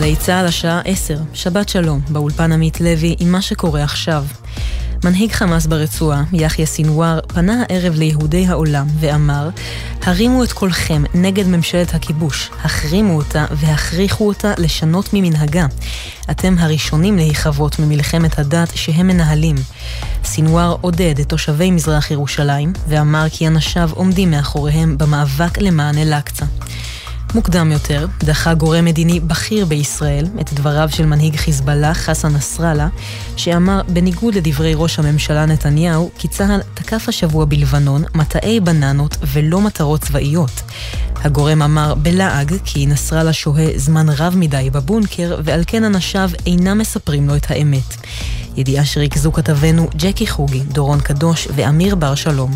גלי צהל השעה 10, שבת שלום, באולפן עמית לוי עם מה שקורה עכשיו. מנהיג חמאס ברצועה, יחיא סינואר, פנה הערב ליהודי העולם ואמר, הרימו את קולכם נגד ממשלת הכיבוש, החרימו אותה והכריחו אותה לשנות ממנהגה. אתם הראשונים להיחוות ממלחמת הדת שהם מנהלים. סינואר עודד את תושבי מזרח ירושלים ואמר כי אנשיו עומדים מאחוריהם במאבק למען אל-אקצה. מוקדם יותר דחה גורם מדיני בכיר בישראל את דבריו של מנהיג חיזבאללה חסן נסראללה, שאמר בניגוד לדברי ראש הממשלה נתניהו כי צה"ל תקף השבוע בלבנון מטעי בננות ולא מטרות צבאיות. הגורם אמר בלעג כי נסראללה שוהה זמן רב מדי בבונקר ועל כן אנשיו אינם מספרים לו את האמת. ידיעה שריכזו כתבנו ג'קי חוגי, דורון קדוש ואמיר בר שלום.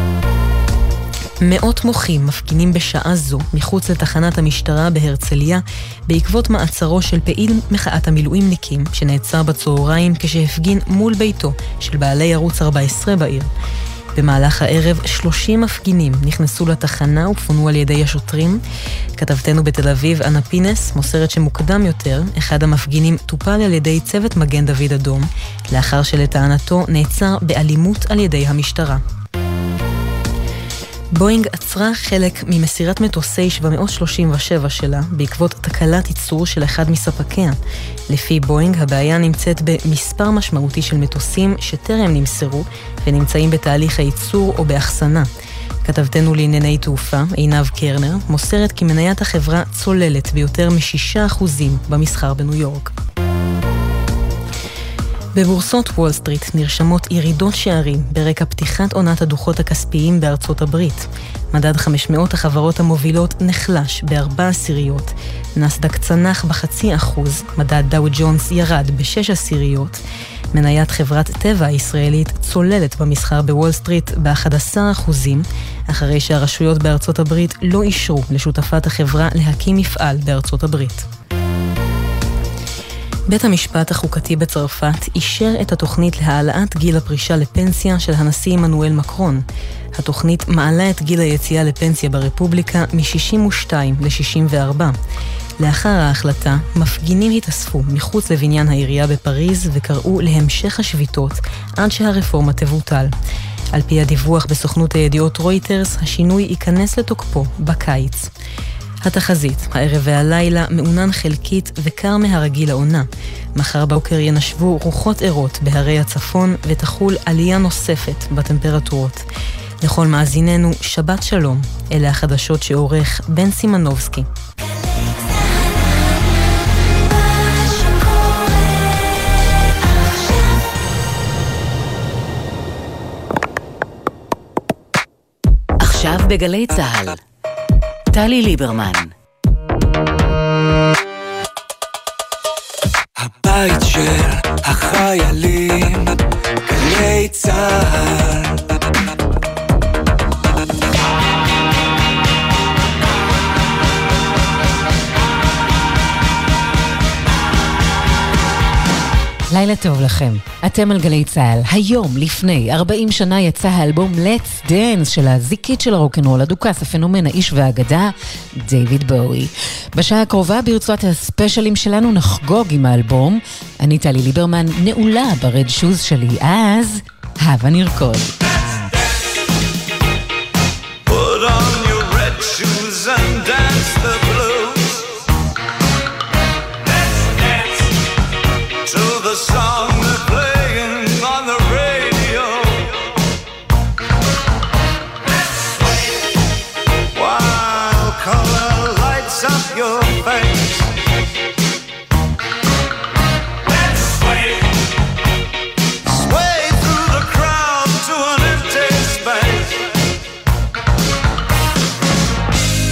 מאות מוחים מפגינים בשעה זו מחוץ לתחנת המשטרה בהרצליה בעקבות מעצרו של פעיל מחאת המילואימניקים שנעצר בצהריים כשהפגין מול ביתו של בעלי ערוץ 14 בעיר. במהלך הערב 30 מפגינים נכנסו לתחנה ופונו על ידי השוטרים. כתבתנו בתל אביב אנה פינס מוסרת שמוקדם יותר אחד המפגינים טופל על ידי צוות מגן דוד אדום לאחר שלטענתו נעצר באלימות על ידי המשטרה. בואינג עצרה חלק ממסירת מטוסי 737 שלה בעקבות תקלת ייצור של אחד מספקיה. לפי בואינג הבעיה נמצאת במספר משמעותי של מטוסים שטרם נמסרו ונמצאים בתהליך הייצור או באחסנה. כתבתנו לענייני תעופה, עינב קרנר, מוסרת כי מניית החברה צוללת ביותר מ6% במסחר בניו יורק. בבורסות וול סטריט נרשמות ירידות שערים ברקע פתיחת עונת הדוחות הכספיים בארצות הברית. מדד 500 החברות המובילות נחלש ב4%, נסדק צנח ב0.5%, מדד דאו ג'ונס ירד ב6%, מניית חברת טבע הישראלית צוללת במסחר בוול סטריט ב11%, אחרי שהרשויות בארצות הברית לא אישרו לשותפת החברה להקים מפעל בארצות הברית. בית המשפט החוקתי בצרפת אישר את התוכנית להעלאת גיל הפרישה לפנסיה של הנשיא עמנואל מקרון. התוכנית מעלה את גיל היציאה לפנסיה ברפובליקה מ-62 ל-64. לאחר ההחלטה, מפגינים התאספו מחוץ לבניין העירייה בפריז וקראו להמשך השביתות עד שהרפורמה תבוטל. על פי הדיווח בסוכנות הידיעות רויטרס, השינוי ייכנס לתוקפו בקיץ. התחזית, הערב והלילה מעונן חלקית וקר מהרגיל העונה. מחר בוקר ינשבו רוחות ערות בהרי הצפון ותחול עלייה נוספת בטמפרטורות. לכל מאזיננו, שבת שלום. אלה החדשות שעורך בן סימנובסקי. עכשיו בגלי צהל. טלי ליברמן. הבית של החיילים, גלי צהל. לילה טוב לכם, אתם על גלי צהל. היום לפני 40 שנה יצא האלבום Let's Dance של הזיקית של הרוקנרול, הדוכס, הפנומן, האיש והאגדה, דיוויד בואי. בשעה הקרובה ברצועת הספיישלים שלנו נחגוג עם האלבום. אני טלי ליברמן, נעולה ברד שוז שלי, אז הבה נרקוד. Put on your red shoes and dance the blues. Let's dance to the song they're playing on the radio. Let's sway while color lights up your face. Let's sway, sway through the crowd to an empty space.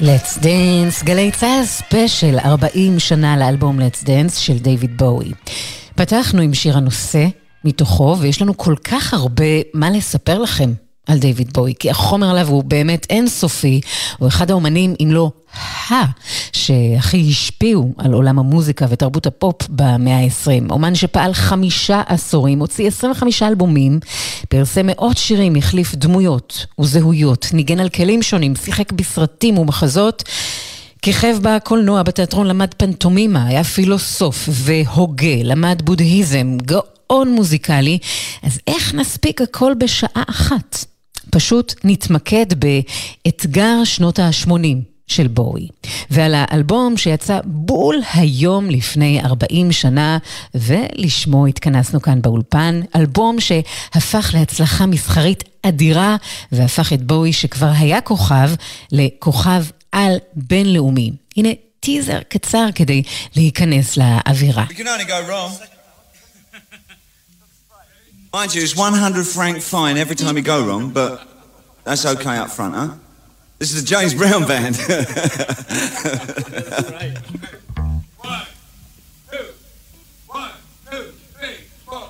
Let's Dance, גלי צהל ספיישל 40 שנה לאלבום Let's Dance של דיוויד בואי. פתחנו עם שיר הנושא מתוכו, ויש לנו כל כך הרבה מה לספר לכם על דיוויד בואי, כי החומר עליו הוא באמת אינסופי, הוא אחד האומנים, אם לא שהכי השפיעו על עולם המוזיקה ותרבות הפופ במאה ה-20. אומן שפעל 5 עשורים, הוציא 25 אלבומים, פרסם מאות שירים, החליף דמויות וזהויות, ניגן על כלים שונים, שיחק בסרטים ומחזות, כיכב בקולנוע, בתיאטרון, למד פנטומימה, היה פילוסוף והוגה, למד בודהיזם, גאון מוזיקלי. אז איך נספיק הכל בשעה אחת? פשוט נתמקד באתגר שנות ה-80 של בואי, ועל האלבום שיצא בול היום לפני 40 שנה, ולשמו התכנסנו כאן באולפן, אלבום שהפך להצלחה מסחרית אדירה, והפך את בואי שכבר היה כוכב, לכוכב על בינלאומי. הנה טיזר קצר כדי להיכנס לאווירה. We can only go wrong. Mind you, it's 100 franc fine every time you go wrong, but that's okay up front, huh? This is the James Brown Band. Right. 1, 2, 1, 2, 3, 4.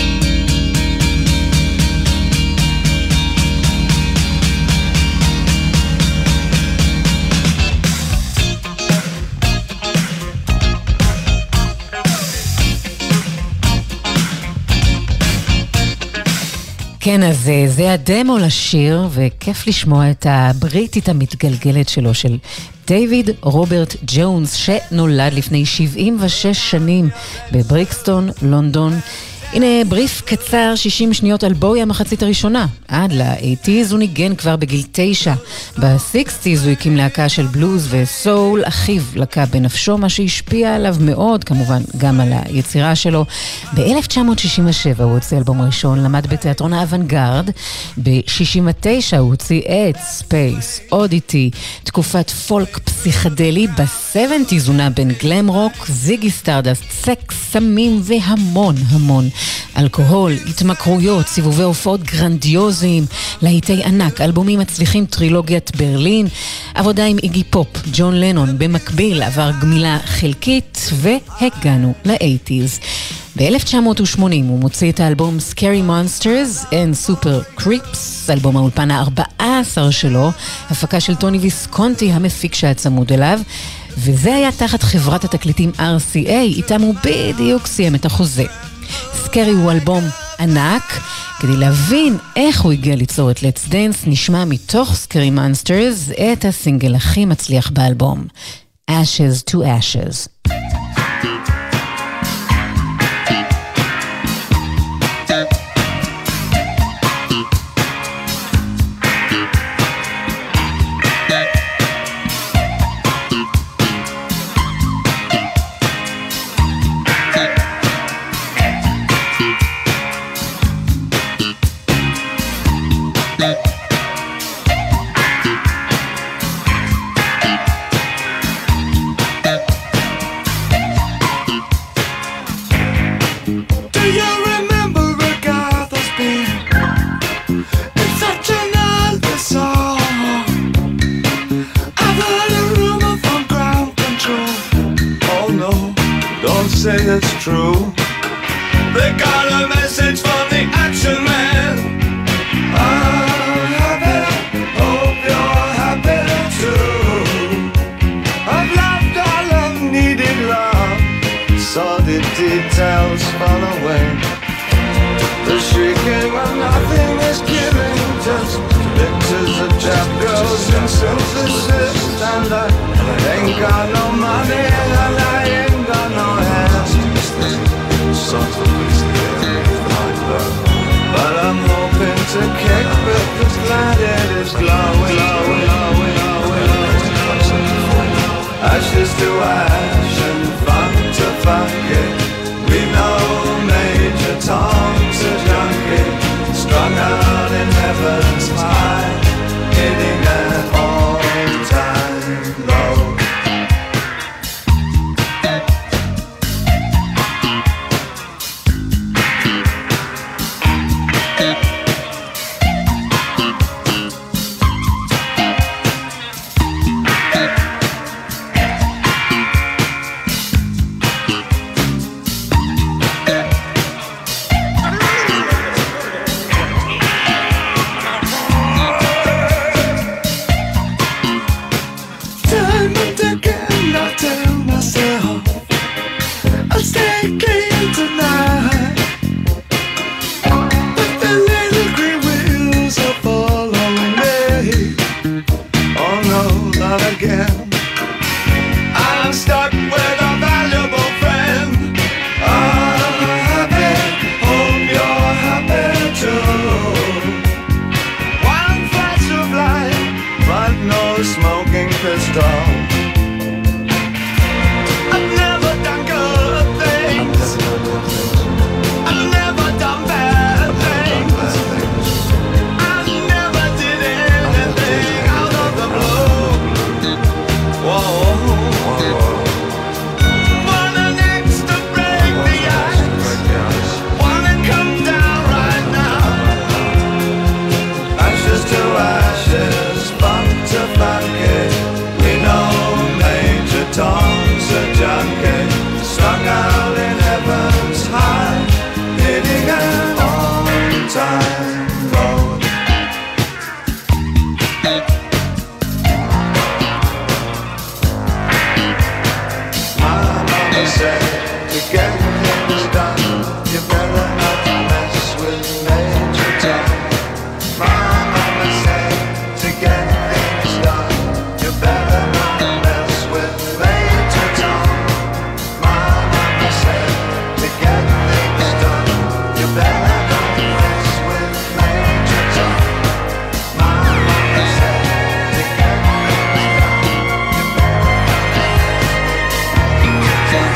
כן, אז זה הדמו לשיר, וכיף לשמוע את הבריטית המתגלגלת שלו, של דיוויד רוברט ג'ונס, שנולד לפני 76 שנים בבריקסטון, לונדון. הנה בריף קצר, 60 שניות על בואי המחצית הראשונה. עד ל-80s הוא ניגן כבר בגיל 9. ב-60s הוא הקים להקה של בלוז וסול, אחיו לקה בנפשו, מה שהשפיע עליו מאוד, כמובן גם על היצירה שלו. ב-1967 הוא הוציא אלבום ראשון, למד בתיאטרון האוונגרד. ב-69 הוא הוציא את ספייס, אודיטי, תקופת פולק פסיכדלי. ב-70s הוא נע בין גלם רוק, זיגי סטארדסט, סקס, סמים והמון המון אלכוהול, התמכרויות, סיבובי הופעות גרנדיוזיים, להיטי ענק, אלבומים מצליחים, טרילוגיית ברלין, עבודה עם איגי פופ, ג'ון לנון, במקביל עבר גמילה חלקית, והגענו ל-80s. ב-1980 הוא מוציא את האלבום Scary Monsters and Super Creeps, אלבום האולפן ה-14 שלו, הפקה של טוני ויסקונטי, המפיק שהצמוד אליו, וזה היה תחת חברת התקליטים RCA, איתם הוא בדיוק סיים את החוזה. סקרי הוא אלבום ענק. כדי להבין איך הוא הגיע ליצור את Let's Dance, נשמע מתוך סקרי מונסטרס את הסינגל הכי מצליח באלבום, Ashes to Ashes. Say it's true. They got a message from the action man. I'm happy, hope you're happy too. I've loved all I've needed love, saw the details fall away. The shrieking when nothing is given, just pictures of chap girls and synthesis. And I ain't got no money and I ain't got no hands. But I'm hoping to kick with this light it is glowing. Ashes to ash and funk to funky. We know Major Tom's a junkie, strung out in heaven's high, hitting an all-time low. no love again. I'm stuck with a valuable friend. I'm happy, hope you're happy too. One flash of light, but no smoking pistol. I've never done good things. I've never done bad things. I never did anything out of the blue. Whoa. Want an axe to break the ice. Wanna come down right now. Ashes to ashes, funk to funky. We know Major Tom's a junkie, strung out in heaven's high, hitting an on-time road. My mama said, to get things done, you better not mess with Major Tom. My mama said, to get things done, you better not mess with Major Tom. My mama said, to get things done, you better not mess with Major Tom. My mama said, to get things done, you better not mess with Major Tom.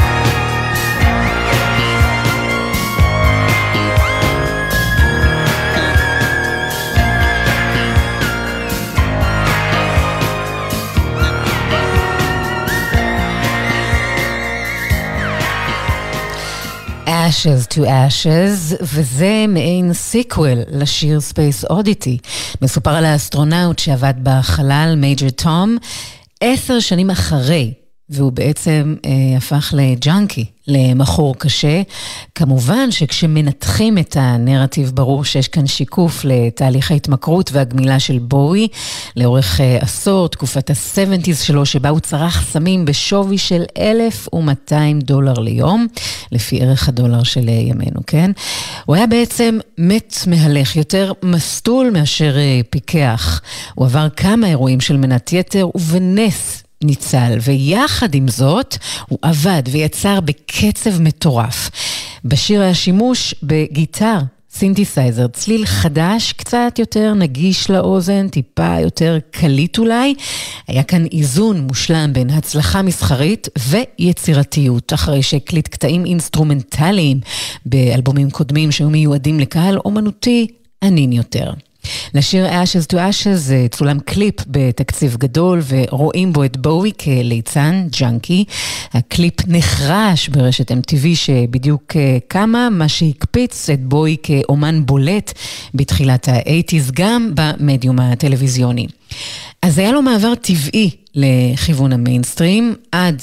Ashes to Ashes, וזה מעין סיקוול לשיר Space Oddity. מסופר על האסטרונאוט שעבד בחלל, מייג'ר תום, 10 שנים אחרי, והוא בעצם הפך לג'אנקי, למחור קשה. כמובן שכשמנתחים את הנרטיב ברור שיש כאן שיקוף לתהליך ההתמכרות והגמילה של בואי, לאורך עשור, תקופת ה-70s שלו, שבה הוא צרך סמים בשווי של $1,200 ליום, לפי ערך הדולר של ימינו, כן? הוא היה בעצם מת מהלך, יותר מסטול מאשר פיקח. הוא עבר כמה אירועים של מנת יתר, ובנס ניצל, ויחד עם זאת הוא עבד ויצר בקצב מטורף. בשיר היה שימוש בגיטר, סינתסייזר, צליל חדש, קצת יותר נגיש לאוזן, טיפה יותר קליט אולי. היה כאן איזון מושלם בין הצלחה מסחרית ויצירתיות, אחרי שהקליט קטעים אינסטרומנטליים באלבומים קודמים שהיו מיועדים לקהל אומנותי ענין יותר. לשיר Ashes to Ashes צולם קליפ בתקציב גדול, ורואים בו את בואי כליצן, ג'אנקי. הקליפ נחרש ברשת MTV שבדיוק קמה, מה שהקפיץ את בואי כאומן בולט בתחילת ה-80s, גם במדיום הטלוויזיוני. אז היה לו מעבר טבעי לכיוון המיינסטרים, עד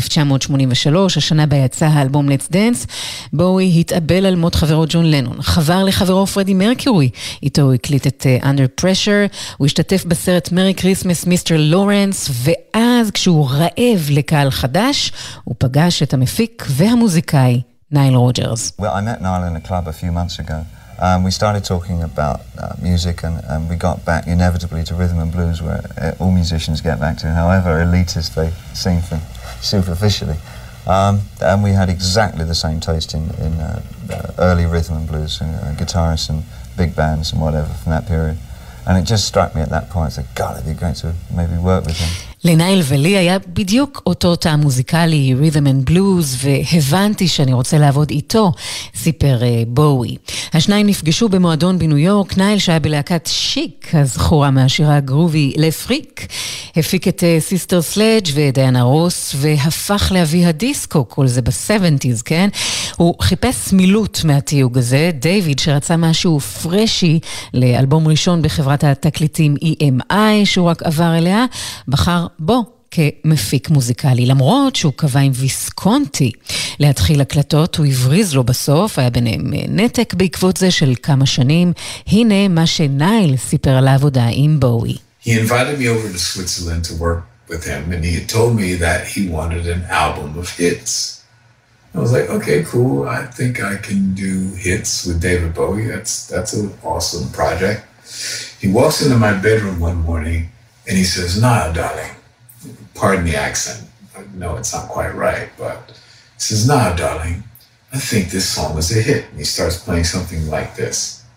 1983, השנה בה יצא האלבום Let's Dance, בואי התאבל על מות חברו ג'ון לנון, חבר לחברו פרדי מרקיורי, איתו הוא הקליט את Under Pressure, הוא השתתף בסרט Merry Christmas Mr. Lawrence, ואז כשהוא רעב לקהל חדש, הוא פגש את המפיק והמוזיקאי נייל רוג'רס. Well, I met Niall in a club a few months ago. We started talking about music and we got back inevitably to rhythm and blues, where all musicians get back to, however elitist they seem superficially. And we had exactly the same taste in early rhythm and blues, guitarists and big bands and whatever from that period. And it just struck me at that point, I said, God, it'd be great to maybe work with him. לנייל ולי היה בדיוק אותו תא מוזיקלי, רית'ם אנד בלוז, והבנתי שאני רוצה לעבוד איתו, סיפר בואי. השניים נפגשו במועדון בניו יורק, נייל שהיה בלהקת שיק, הזכורה מהשירה הגרובי לפריק, הפיק את סיסטר סלאג' ודיאנה רוס, והפך לאבי הדיסקו, כל זה ב-70s, כן? הוא חיפש מילוט מהתיוג הזה, דיוויד שרצה משהו פרשי לאלבום ראשון בחברת התקליטים EMI, שהוא רק עבר אליה, בחר בו כמפיק מוזיקלי, למרות שהוא קבע עם ויסקונטי להתחיל הקלטות, הוא הבריז לו בסוף, היה ביניהם נתק בעקבות זה של כמה שנים. הנה מה שנייל סיפר על העבודה עם בואי. He invited me over to Switzerland to work with him, and he had told me that he wanted an album of hits. I was like, okay, cool, I think I can do hits with David Bowie. That's an awesome project. He walks into my bedroom one morning And he says, "Nah, darling." Pardon the accent. No, it's not quite right, but he says, "Nah, darling, I think this song is a hit." And he starts playing something like this.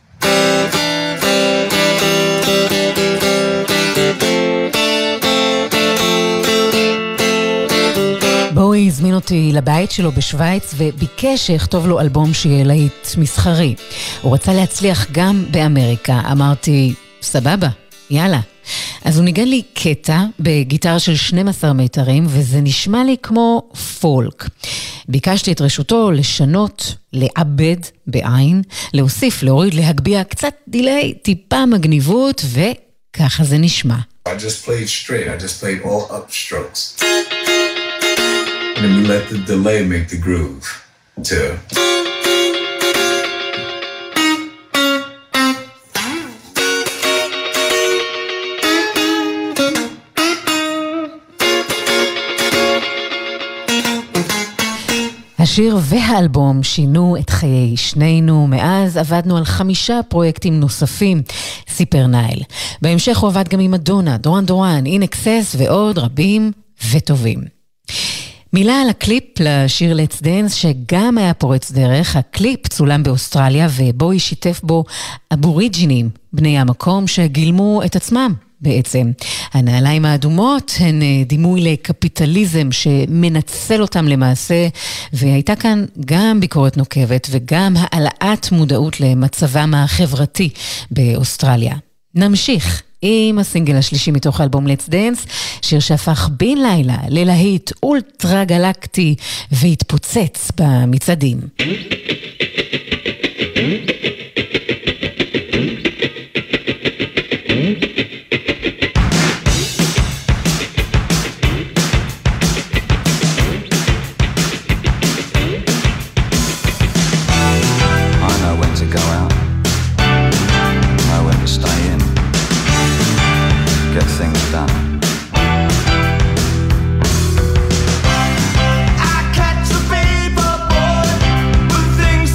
בואי הזמין אותי לבית שלו בשוויץ וביקש שיכתוב לו אלבום שיהיה להיט מסחרי. הוא רצה להצליח גם באמריקה. אמרתי, סבבה, יאללה. אז הוא ניגן לי קטע בגיטרה של 12 מיתרים, וזה נשמע לי כמו פולק. ביקשתי את רשותו לשנות, לעבד בעין, להוסיף, להוריד, להגביע קצת דילי, טיפה מגניבות, וככה זה נשמע. I just played straight. I just played all upstrokes. And then we let the delay make the groove too. השיר והאלבום שינו את חיי שנינו, מאז עבדנו על 5 פרויקטים נוספים, סיפר נייל. בהמשך הוא עבד גם עם מדונה, דורן דורן, אין אקסס ועוד רבים וטובים. מילה על הקליפ לשיר Let's Dance שגם היה פורץ דרך. הקליפ צולם באוסטרליה ובואי שיתף בו אבוריג'ינים, בני המקום שגילמו את עצמם. בעצם הנעליים האדומות הן דימוי לקפיטליזם שמנצל אותם למעשה, והייתה כאן גם ביקורת נוקבת וגם העלאת מודעות למצבם החברתי באוסטרליה. נמשיך עם הסינגל השלישי מתוך האלבום Let's Dance, שיר שהפך בין לילה ללהיט אולטרה גלקטי והתפוצץ במצעדים. I catch a paper boy with things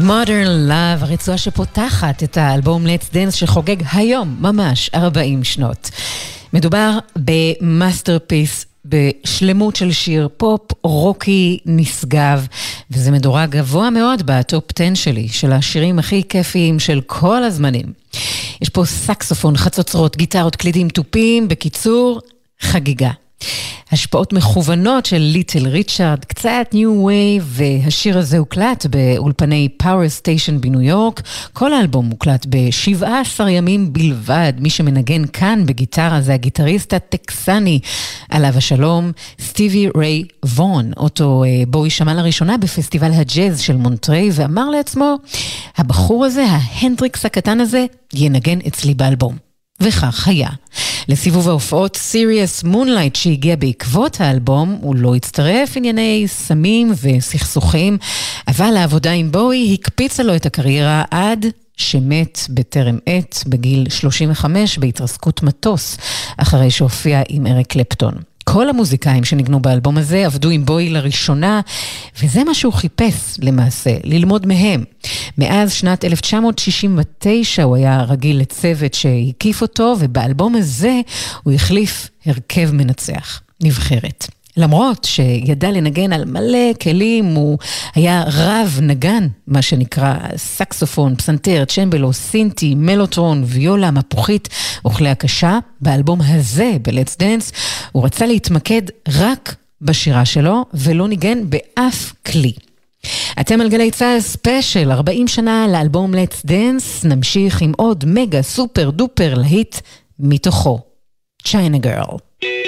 Modern Love, הרצועה שפותחת את האלבום Let's Dance שחוגג היום ממש 40 שנות. מדובר במאסטרפיס, בשלמות של שיר פופ רוקי נשגב, וזה מדורג גבוה מאוד בטופ 10 שלי, של השירים הכי כיפיים של כל הזמנים. יש פה סקסופון, חצוצרות, גיטרות, קלידים, טופים, בקיצור, חגיגה. השפעות מכוונות של ליטל ריצ'רד, קצת ניו וייב, והשיר הזה הוקלט באולפני פאוור סטיישן בניו יורק. כל האלבום מוקלט ב17 ימים בלבד. מי שמנגן כאן בגיטרה זה הגיטריסט הטקסני, עליו השלום, סטיבי ריי וון. אותו בואי שמע לראשונה בפסטיבל הג'אז של מונטריי, ואמר לעצמו, הבחור הזה, ההנדריקס הקטן הזה, ינגן אצלי באלבום. וכך היה. לסיבוב ההופעות סיריוס מונלייט שהגיע בעקבות האלבום, הוא לא הצטרף, ענייני סמים וסכסוכים, אבל העבודה עם בואי הקפיצה לו את הקריירה עד שמת בטרם עת בגיל 35 בהתרסקות מטוס, אחרי שהופיע עם אריק קלפטון. כל המוזיקאים שניגנו באלבום הזה עבדו עם בואי לראשונה, וזה מה שהוא חיפש למעשה, ללמוד מהם. מאז שנת 1969 הוא היה רגיל לצוות שהקיף אותו, ובאלבום הזה הוא החליף הרכב מנצח, נבחרת. למרות שידע לנגן על מלא כלים, הוא היה רב נגן, מה שנקרא סקסופון, פסנתר, צ'מבלו, סינטי, מלוטרון, ויולה, מפוחית, אוכלי הקשה. באלבום הזה, ב-Let's Dance, הוא רצה להתמקד רק בשירה שלו, ולא ניגן באף כלי. אתם על גלי צהל ספיישל, 40 שנה לאלבום Let's Dance, נמשיך עם עוד מגה סופר דופר להיט מתוכו, China Girl.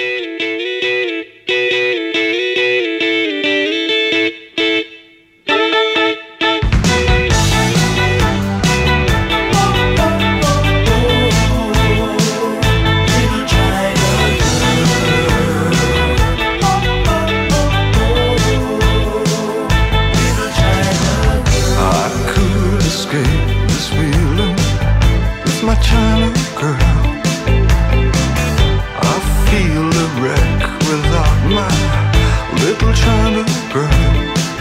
China girl, I feel a wreck without my little China girl.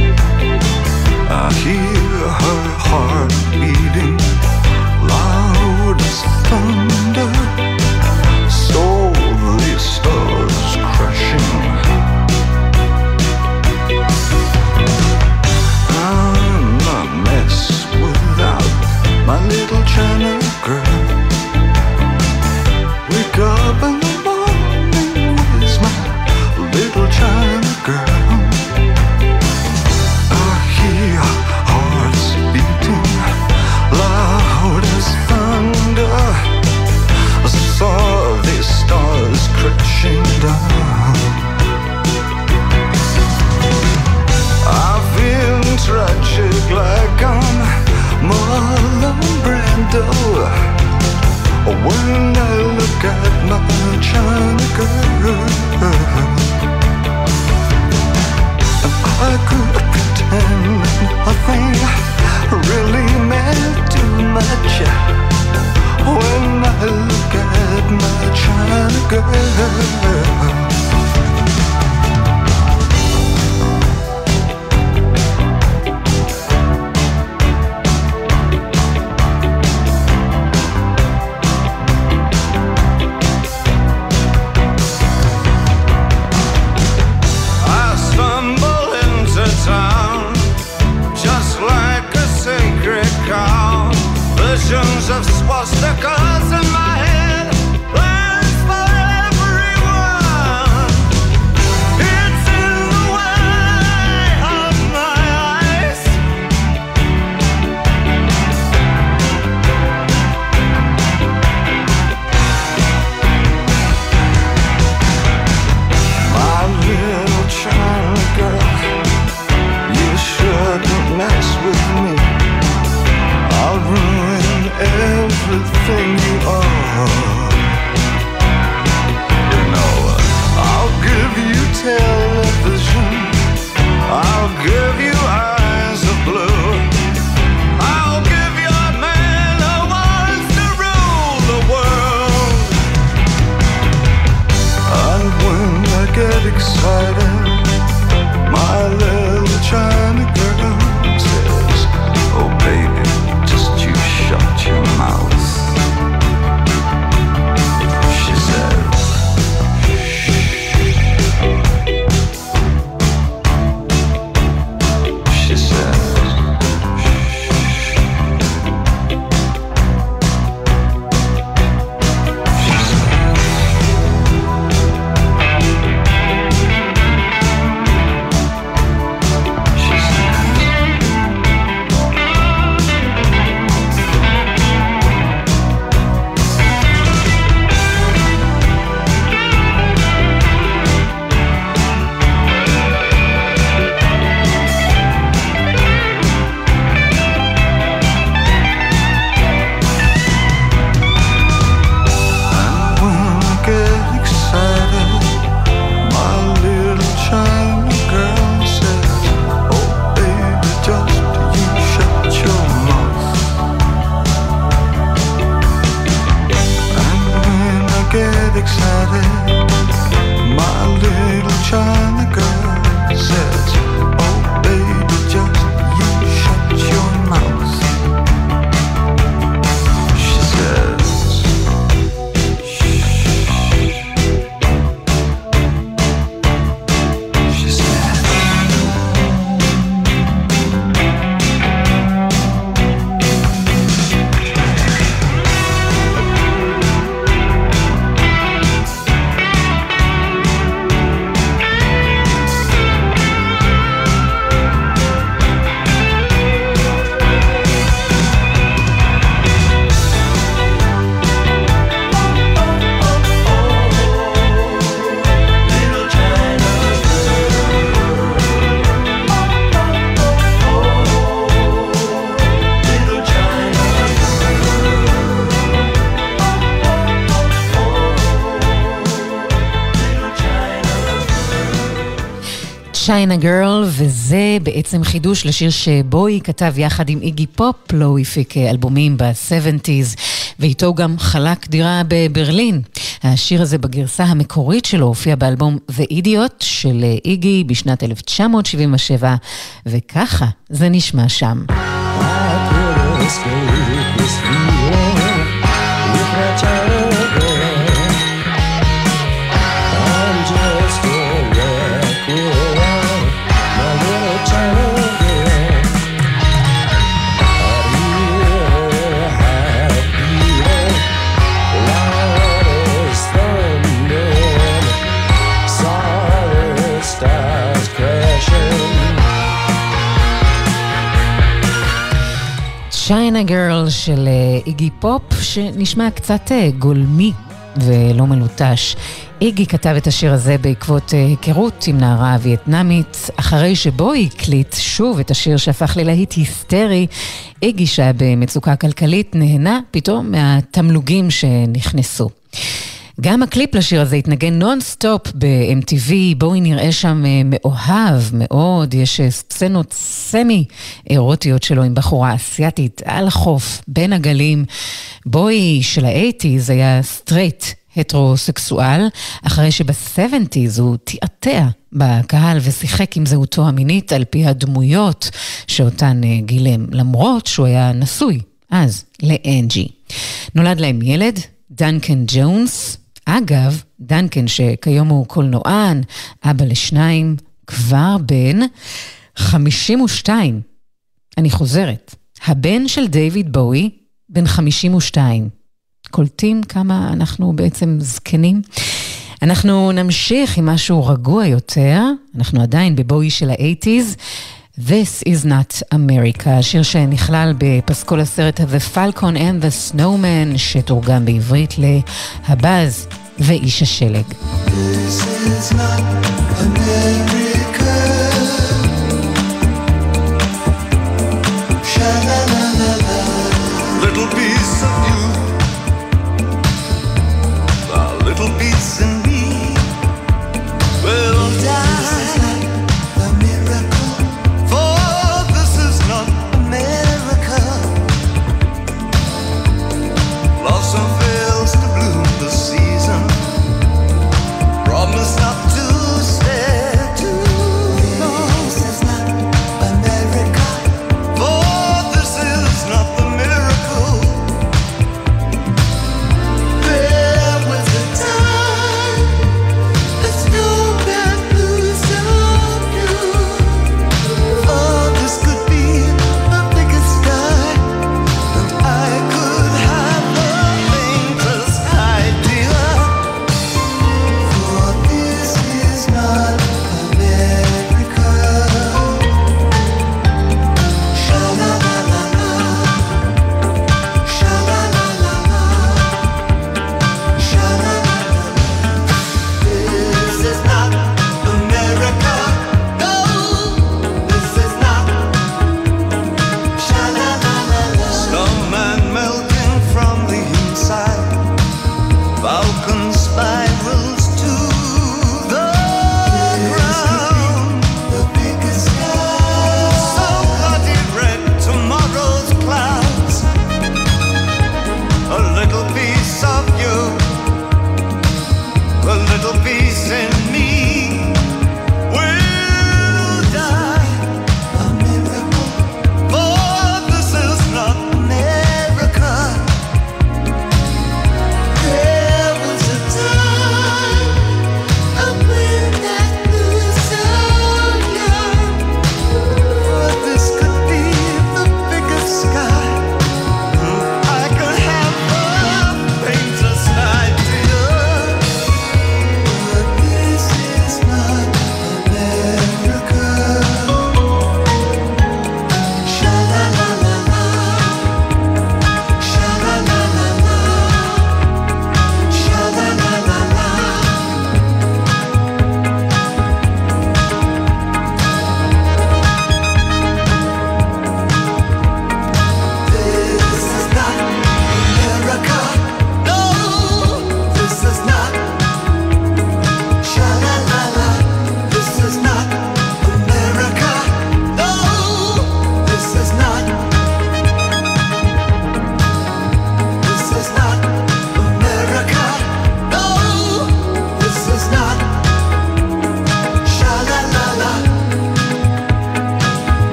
I hear her heart beating loud as thunder, so the stars crashing. I'm a mess without my little China girl. Wake up in the morning with my little China girl. I hear hearts beating loud as thunder. I saw the stars crashing down. I've been tragic like I'm Marlon Brando. When I look at my China girl, I could pretend nothing really meant too much. When I look at my China girl. Of swastikas in my head, plans for everyone. China Girl, וזה בעצם חידוש לשיר שבוי כתב יחד עם איגי פופ, לא הוא הפיק אלבומים ב-70s, ואיתו גם חלק דירה בברלין. השיר הזה בגרסה המקורית שלו הופיע באלבום The Idiot של איגי בשנת 1977, וככה זה נשמע שם. צ'יינה גרל של איגי פופ, שנשמע קצת גולמי ולא מלוטש. איגי כתב את השיר הזה בעקבות היכרות עם נערה וייטנאמית, אחרי שבו הקליט שוב את השיר שהפך ללהיט היסטרי. איגי שהיה במצוקה כלכלית נהנה פתאום מהתמלוגים שנכנסו. גם הקליפ לשיר הזה התנגן נון-סטופ ב-MTV, בואי נראה שם מאוהב מאוד, יש סצנות סמי-אירוטיות שלו עם בחורה אסיאטית על החוף, בין הגלים. בואי של ה-80s היה סטרייט, הטרוסקסואל, אחרי שב-70s הוא תיעתע בקהל ושיחק עם זהותו המינית על פי הדמויות שאותן גילם, למרות שהוא היה נשוי אז לאנג'י. נולד להם ילד, דנקן ג'ונס. אגב, דנקן שכיום הוא קולנוען, אבא לשניים, כבר בן 52. אני חוזרת, הבן של דיוויד בואי, בן 52. קולטים כמה אנחנו בעצם זקנים? אנחנו נמשיך עם משהו רגוע יותר, אנחנו עדיין בבואי של ה-80s, This is not America, שיר שנכלל בפסקול הסרט The Falcon and the Snowman, שתורגם בעברית להבאז ואיש השלג. This is not America. Sha-la-la-la-la. Little piece of you, a little piece in me will die. Blossom fails to bloom this season. Promise not to stay too long. This is not America. For this is not the miracle.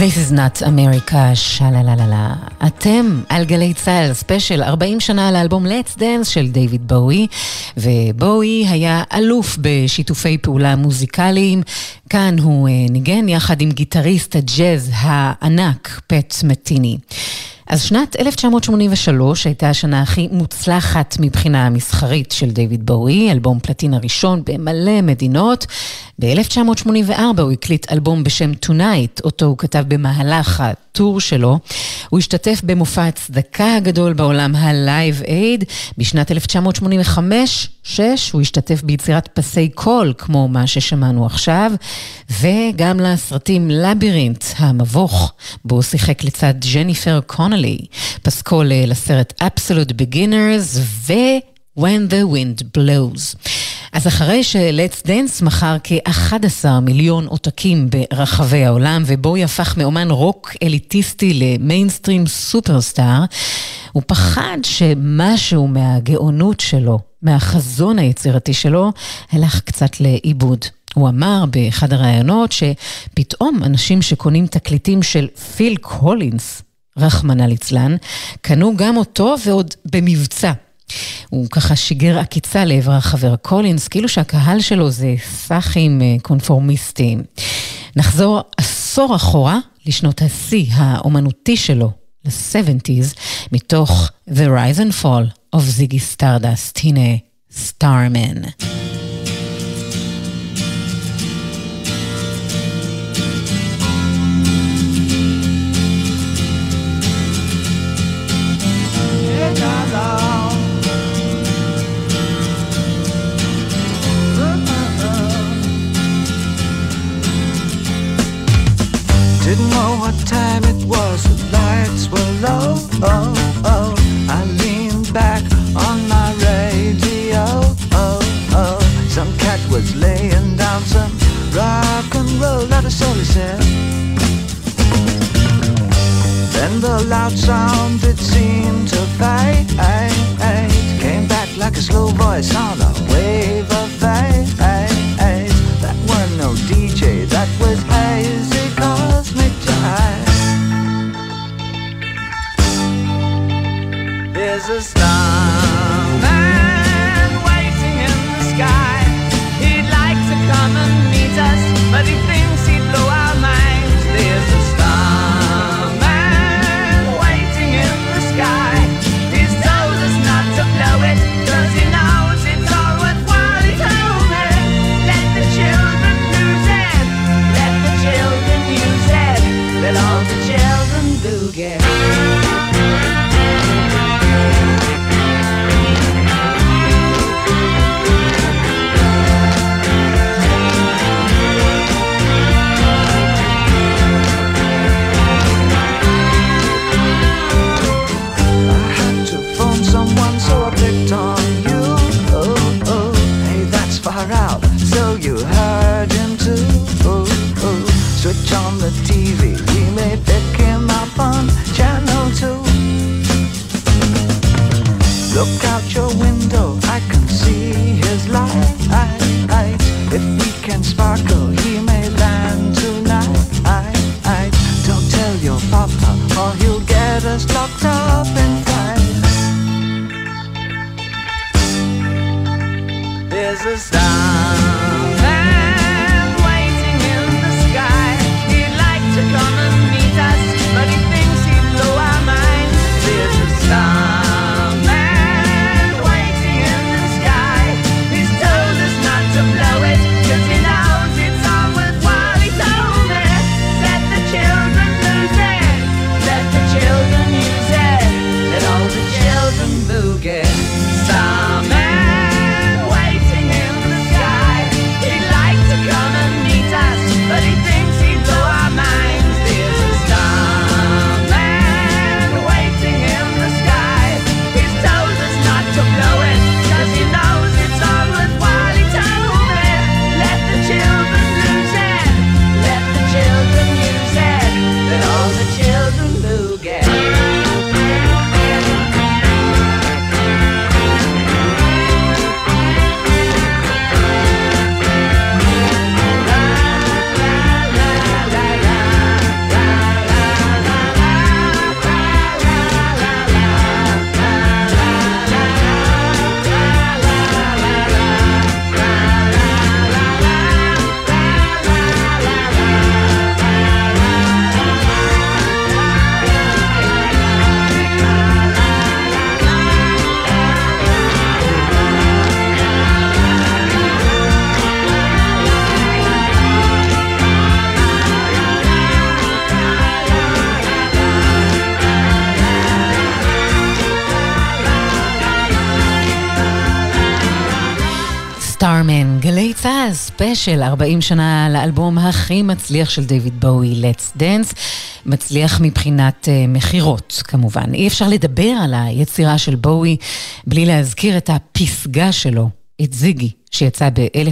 This is not America, שללללה. אתם על גלי צהל, ספיישל 40 שנה לאלבום Let's Dance של דיוויד בואי, ובואי היה אלוף בשיתופי פעולה מוזיקליים. כאן הוא ניגן יחד עם גיטריסט הג'אז הענק פט מטיני. אז שנת 1983 הייתה השנה הכי מוצלחת מבחינה המסחרית של דיוויד בואי, אלבום פלטינה ראשון במלא מדינות. ב-1984 הוא הקליט אלבום בשם Tonight, אותו הוא כתב במהלך הטור שלו. הוא השתתף במופע הצדקה הגדול בעולם ה-Live Aid. בשנת 1985-6 הוא השתתף ביצירת פסי קול, כמו מה ששמענו עכשיו, וגם לסרטים לבירינט, המבוך, בו הוא שיחק לצד ג'ניפר קונלי, פסקול לסרט Absolute Beginners ו-When the Wind Blows. אז אחרי ש-Let's Dance מכר כ-11 מיליון עותקים ברחבי העולם, ובואי הפך מאומן רוק אליטיסטי למיינסטרים סופרסטאר, הוא פחד שמשהו מהגאונות שלו, מהחזון היצירתי שלו, הלך קצת לאיבוד. הוא אמר באחד הראיונות שפתאום אנשים שקונים תקליטים של פיל קולינס, רחמנא ליצלן, קנו גם אותו ועוד במבצע. הוא ככה שיגר עקיצה לעבר החבר קולינס, כאילו שהקהל שלו זה סאחים קונפורמיסטיים. נחזור עשור אחורה לשנות השיא האומנותי שלו, ל-70s, מתוך The Rise and Fall of Ziggy Stardust. הנה, Starman. Didn't know what time it was, the lights were low, oh, oh. I leaned back on my radio, oh, oh. Some cat was laying down some rock and roll, that is all he said. Then the loud sound, it seemed to fade, came back like a slow voice on a wave of fade. That wasn't no DJ, that was hazy cosmic jive. There's a starman waiting in the sky. He'd like to come and meet us, but he thinks he'd blow our minds. There's a starman waiting in the sky. He's told us not to blow it, 'cause he knows it's all worthwhile. He told me, let the children lose it, let the children use it, let all the children do get. Switch on the TV, we may pick him up on channel 2. Look out your window, I can see his light. If we can sparkle, he may land tonight. Don't tell your papa, or he'll get us locked up in fight. There's a starman waiting in the sky. He'd like to come and meet us, but he thinks he'd blow our minds. There's a starman waiting in the sky. He's told us not to blow it, 'cause he knows it's all worthwhile. He told me, let the children lose it, let the children use it, let all the children boogie. Starman waiting in the sky. סטארמן, גלי צהל, ספיישל 40 שנה לאלבום הכי מצליח של דיוויד בואי, Let's Dance, מצליח מבחינת מחירות כמובן. אי אפשר לדבר על היצירה של בואי בלי להזכיר את הפסגה שלו, את זיגי, שיצא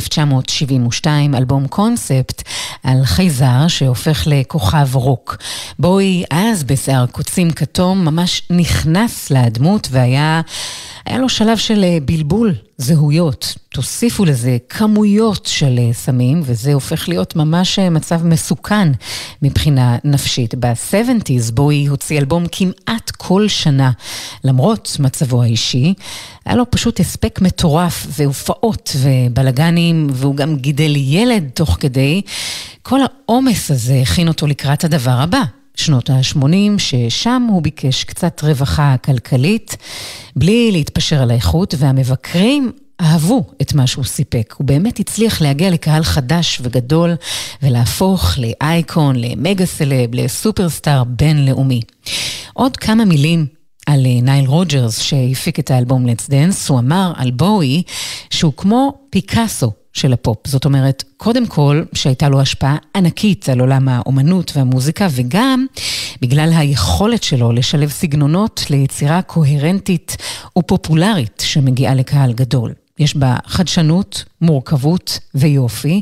ב-1972, אלבום קונספט על חייזר שהופך לכוכב רוק. בואי אז בשיער קוצים כתום ממש נכנס לדמות והיה לו שלב של בלבול זהויות. תוסיפו לזה כמויות של סמים וזה הופך להיות ממש מצב מסוכן מבחינה נפשית. ב-70s בואי הוציא אלבום כמעט כל שנה, למרות מצבו האישי. היה לו פשוט הספק מטורף והופעות ובלגנים, והוא גם גידל ילד תוך כדי. כל העומס הזה הכין אותו לקראת הדבר הבא. שנות ה-80, ששם הוא ביקש קצת רווחה כלכלית, בלי להתפשר על האיכות, והמבקרים אהבו את מה שהוא סיפק. הוא באמת הצליח להגיע לקהל חדש וגדול, ולהפוך לאייקון, למגה סלב, לסופרסטאר בינלאומי. עוד כמה מילים על נייל רוג'רס שהפיק את האלבום Let's Dance. הוא אמר על בואי שהוא כמו פיקאסו של הפופ. זאת אומרת, קודם כל שהייתה לו השפעה ענקית על עולם האומנות והמוזיקה, וגם בגלל היכולת שלו לשלב סגנונות ליצירה קוהרנטית ופופולרית שמגיעה לקהל גדול. יש בה חדשנות, מורכבות ויופי.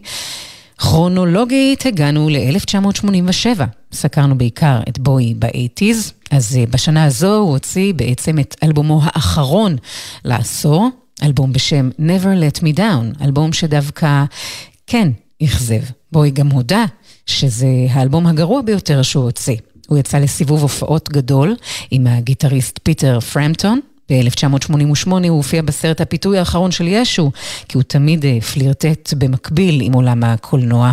כרונולוגית הגענו ל-1987. סקרנו בעיקר את בואי ב-80s. אז בשנה הזו הוא הוציא בעצם את אלבומו האחרון לעשור, אלבום בשם Never Let Me Down, אלבום שדווקא כן אכזב. בואי גם הודע שזה האלבום הגרוע ביותר שהוא הוציא. הוא יצא לסיבוב הופעות גדול עם הגיטריסט פיטר פרמפטון. ב-1988 הוא הופיע בסרט הפיתוי האחרון של ישו, כי הוא תמיד פלירטט במקביל עם עולם הקולנוע.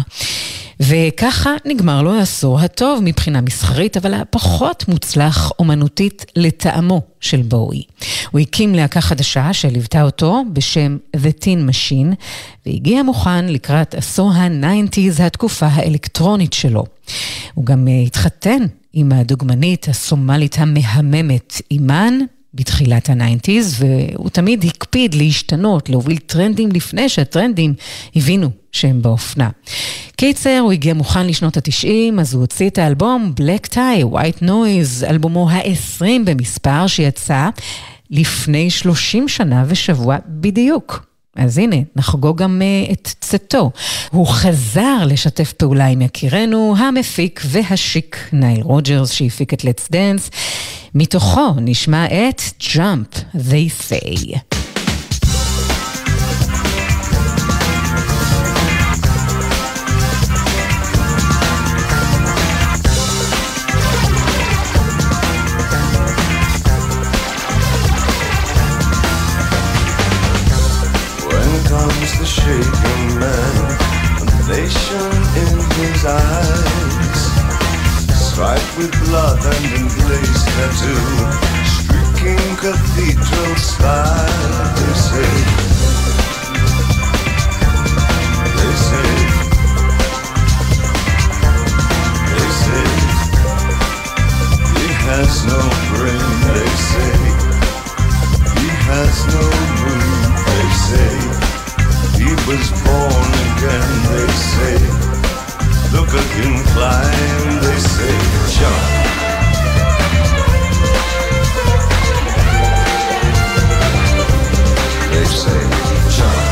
וככה נגמר לו העשור הטוב מבחינה מסחרית, אבל הפחות מוצלח אומנותית לטעמו של בואי. הוא הקים להקה חדשה שליוותה אותו בשם The Tin Machine, והגיע מוכן לקראת עשור ה-90s, התקופה האלקטרונית שלו. הוא גם התחתן עם הדוגמנית הסומלית המהממת אימן, בתחילת ה-90s, והוא תמיד הקפיד להשתנות, להוביל טרנדים לפני שהטרנדים הבינו שהם באופנה. קיצר, הוא הגיע מוכן לשנות ה-90, אז הוא הוציא את האלבום Black Tie, White Noise, אלבומו ה-20 במספר שיצא לפני 30 שנה ושבוע בדיוק. אז הנה, נחגוג גם את צאתו. הוא חזר לשתף פעולה עם יקירנו, המפיק והשיק נייל רוג'רס, שהפיק את Let's Dance. מתוכו נשמע את Jump, They Say. The shaking man, a nation in his eyes, striped with blood and emblazed tattoo, streaking cathedral style. They say, they say, they say, he has no brain. They say, he has no moon. They say, he was born again, they say. Look at him climb, they say. Jump. They say, jump.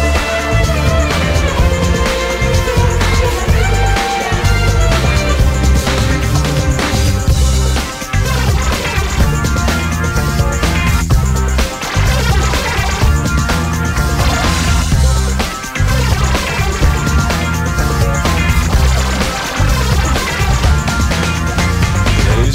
They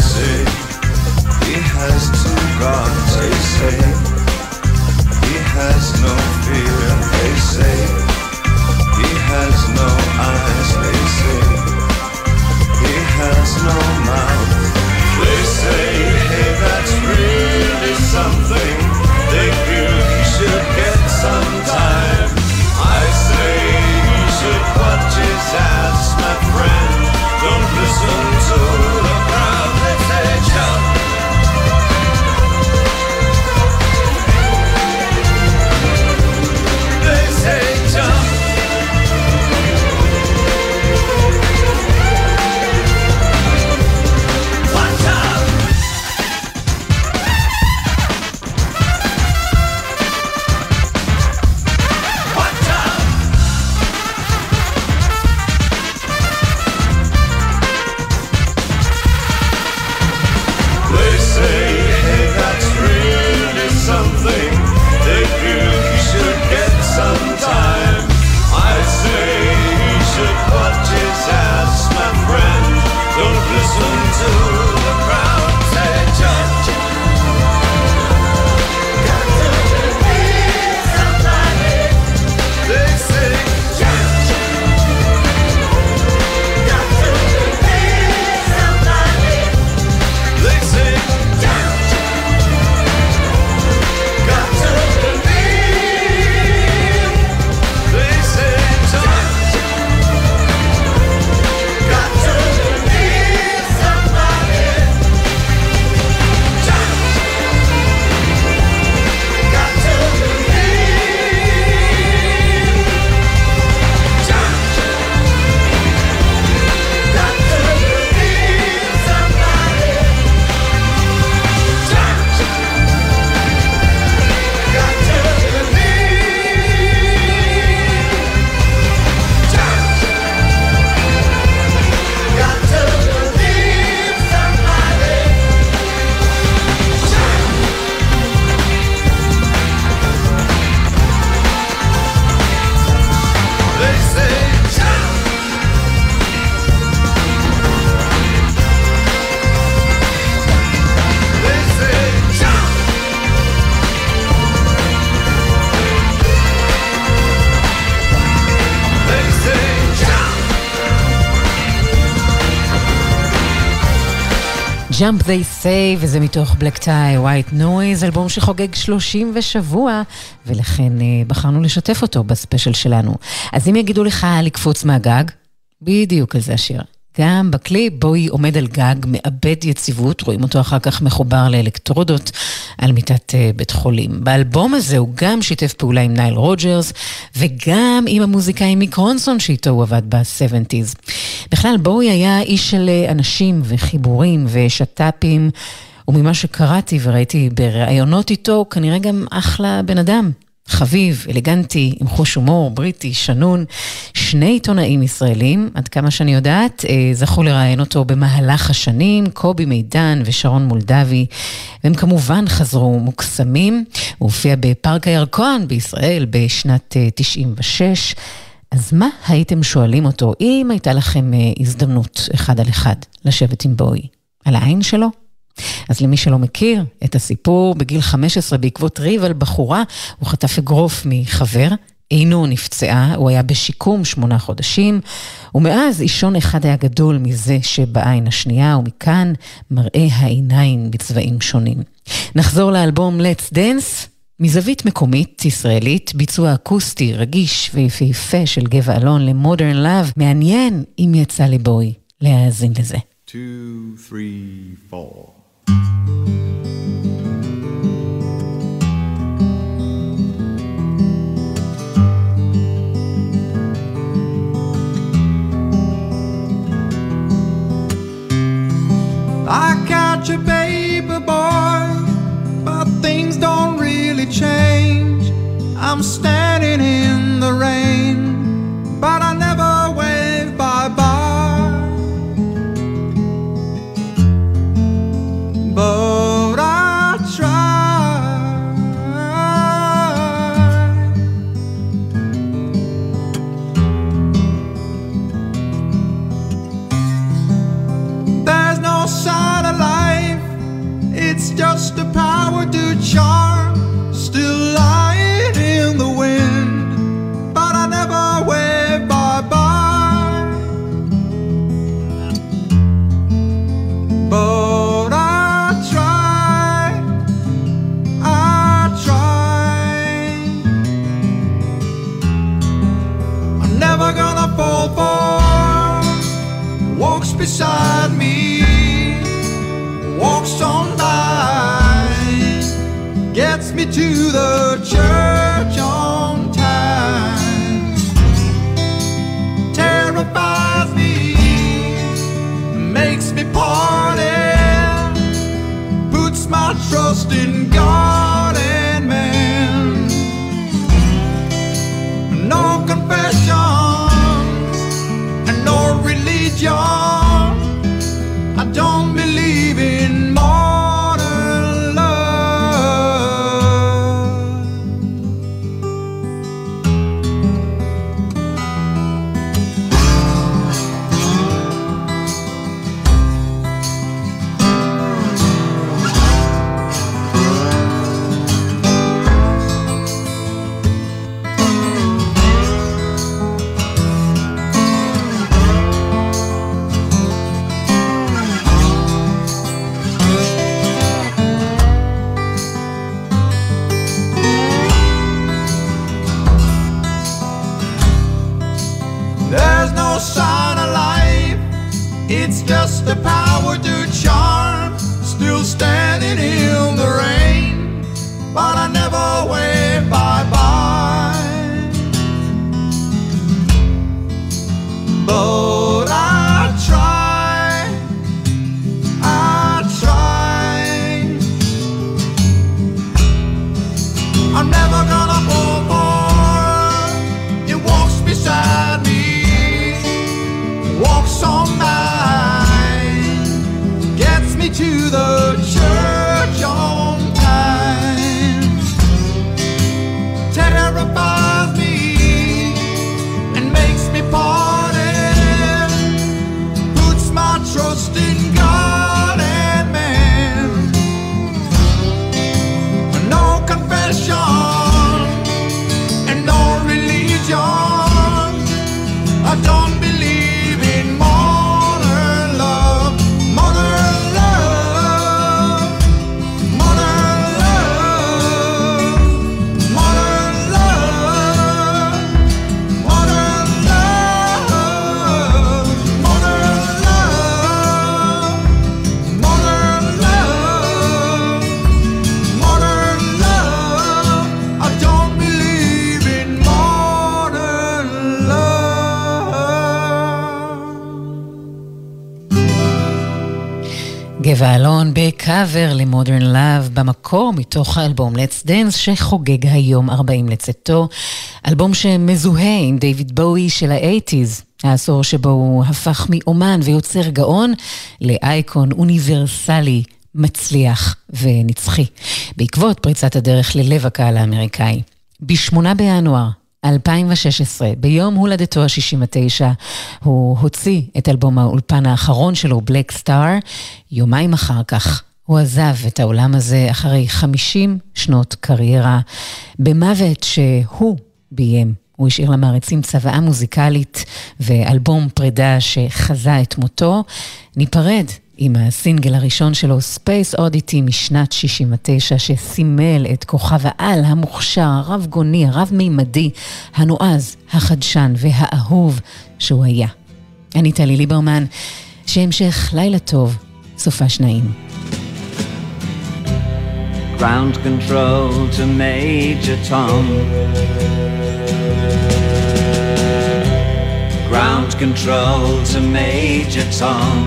Jump They Say, וזה מתוך Black Tie, White Noise, אלבום שחוגג 30 ושבוע, ולכן בחרנו לשתף אותו בספיישל שלנו. אז אם יגידו לך לקפוץ מהגג, בדיוק על זה השיר. גם בקליפ בואי עומד על גג, מאבד יציבות, רואים אותו אחר כך מחובר לאלקטרודות על מיטת בית חולים. באלבום הזה הוא גם שיתף פעולה עם נייל רוג'רס, וגם עם המוזיקאי מיק רונסון שאיתו הוא עבד ב-70s. בכלל בואי היה איש של אנשים וחיבורים ושטאפים, וממה שקראתי וראיתי בראיונות איתו, כנראה גם אחלה בן אדם. חביב, אלגנטי, עם חוש הומור, בריטי, שנון, שני עיתונאים ישראלים, עד כמה שאני יודעת, זכו לראיין אותו במהלך השנים, קובי מידן ושרון מולדבי, והם כמובן חזרו מוקסמים, הוא הופיע בפארק הירקון בישראל בשנת 96, אז מה הייתם שואלים אותו, אם הייתה לכם הזדמנות אחד על אחד לשבת עם בואי? על העין שלו? אז למי שלא מכיר את הסיפור, בגיל 15 בעקבות ריב על בחורה, הוא חטף אגרוף מחבר, עינו נפצעה, הוא היה בשיקום 8 חודשים, ומאז אישון אחד היה גדול מזה שבעין השנייה, ומכאן מראה העיניים בצבעים שונים. נחזור לאלבום Let's Dance, מזווית מקומית ישראלית, ביצוע אקוסטי, רגיש ויפהפה של גבע אלון למודרן לאב, מעניין אם יצא לבואי להאזין לזה. 2, 3, 4 I catch a paper boy, but things don't really change. I'm standing in the rain, but I never wave bye-bye. But I try. There's no sign of life, it's just a power to charm, still lying in the wind, but I never wave bye-bye. But I try. I'm never gonna fall for, walks beside me, walks on by, gets me to the church on time, terrifies me, makes me party, puts my trust in God and man. No confessions and no religion, I don't believe in modern love. There's no sign of life, it's just the power to charm, still standing in the rain, but I never wave bye-bye. But I try. I'm never gonna fall for, it walks beside me, walks on by, gets me to the church on time, terrifies me and makes me party, puts my trust in God and man. No confession and no religion, I don't believe in more. אווה אלון בקאבר ל-Modern Love במקור מתוך האלבום Let's Dance שחוגג היום 40 לצאתו, אלבום שמזוהה עם דיוויד בואי של ה-80s, העשור שבו הוא הפך מאומן ויוצר גאון לאייקון אוניברסלי מצליח ונצחי, בעקבות פריצת הדרך ללב הקהל האמריקאי. ב-8 בינואר 2016, ביום הולדתו ה-69, הוא הוציא את אלבום האולפן האחרון שלו, Black Star. יומיים אחר כך הוא עזב את העולם הזה אחרי 50 שנות קריירה, במוות שהוא ביים. הוא השאיר למעריצים צוואה מוזיקלית ואלבום פרידה שחזה את מותו. ניפרד עם הסינגל הראשון שלו, Space Oddity משנת 69, שסימל את כוכב העל המוכשר, הרב גוני, הרב מימדי, הנועז, החדשן והאהוב שהוא היה. אני טלי ליברמן, שהמשך לילה טוב, סופה שניים. Ground control to Major Tom. Ground control to Major Tom.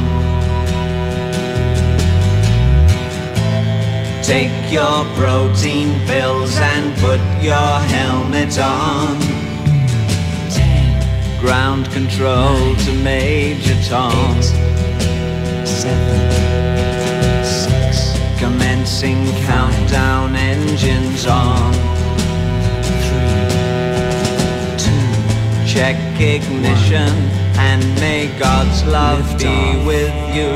Take your protein pills and put your helmet on. 10. Ground control 9, to Major Tom. 8, 7, 6. Commencing countdown, engines on. 3, 2. Check ignition and may God's love be with you.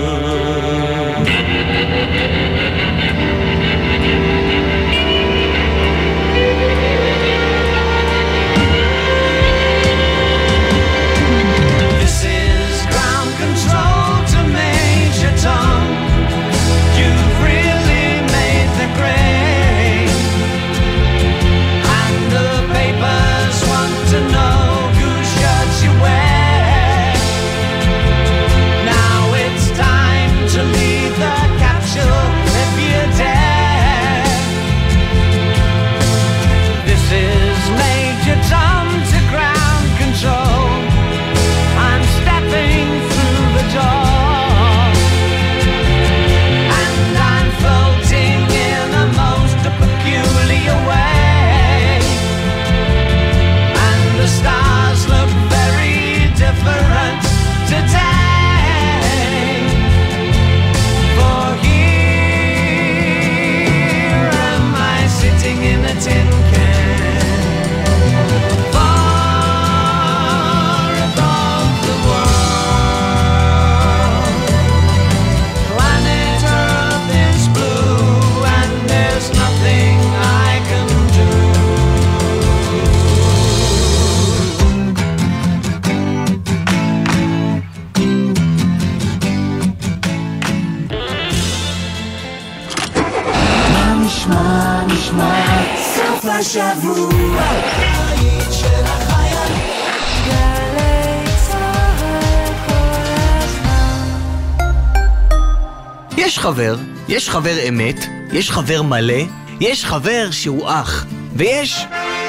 יש חבר אמת, יש חבר מלא, יש חבר שהוא אח, ויש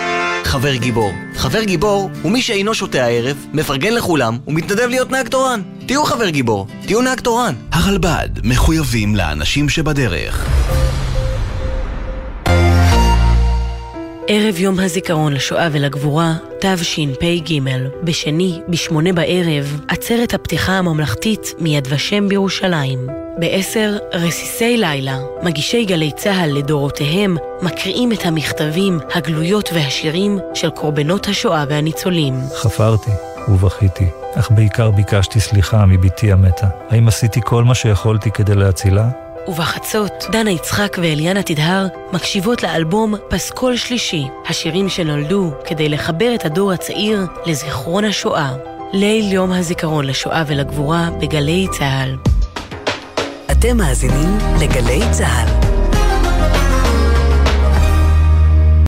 חבר גיבור. חבר גיבור הוא מי שאינו שותה הערב, מפרגן לכולם ומתנדב להיות נהג תורן. תהיו חבר גיבור, תהיו נהג תורן. הרלב"ד מחויבים לאנשים שבדרך. ערב יום הזיכרון לשואה ולגבורה, תשפ"ג, בשני, ב8 בערב, עצרת הפתיחה הממלכתית מיד ושם בירושלים. ב10, רסיסי לילה, מגישי גלי צהל לדורותיהם, מקריאים את המכתבים, הגלויות והשירים של קורבנות השואה והניצולים. חפרתי ובכיתי, אך בעיקר ביקשתי סליחה מביתי המתה. האם עשיתי כל מה שיכולתי כדי להצילה? ובחצות, דנה יצחק ואליאנה תדהר מקשיבות לאלבום פסקול שלישי, השירים שנולדו כדי לחבר את הדור הצעיר לזיכרון השואה. ליל יום הזיכרון לשואה ולגבורה בגלי צהל. אתם מאזינים לגלי צהל.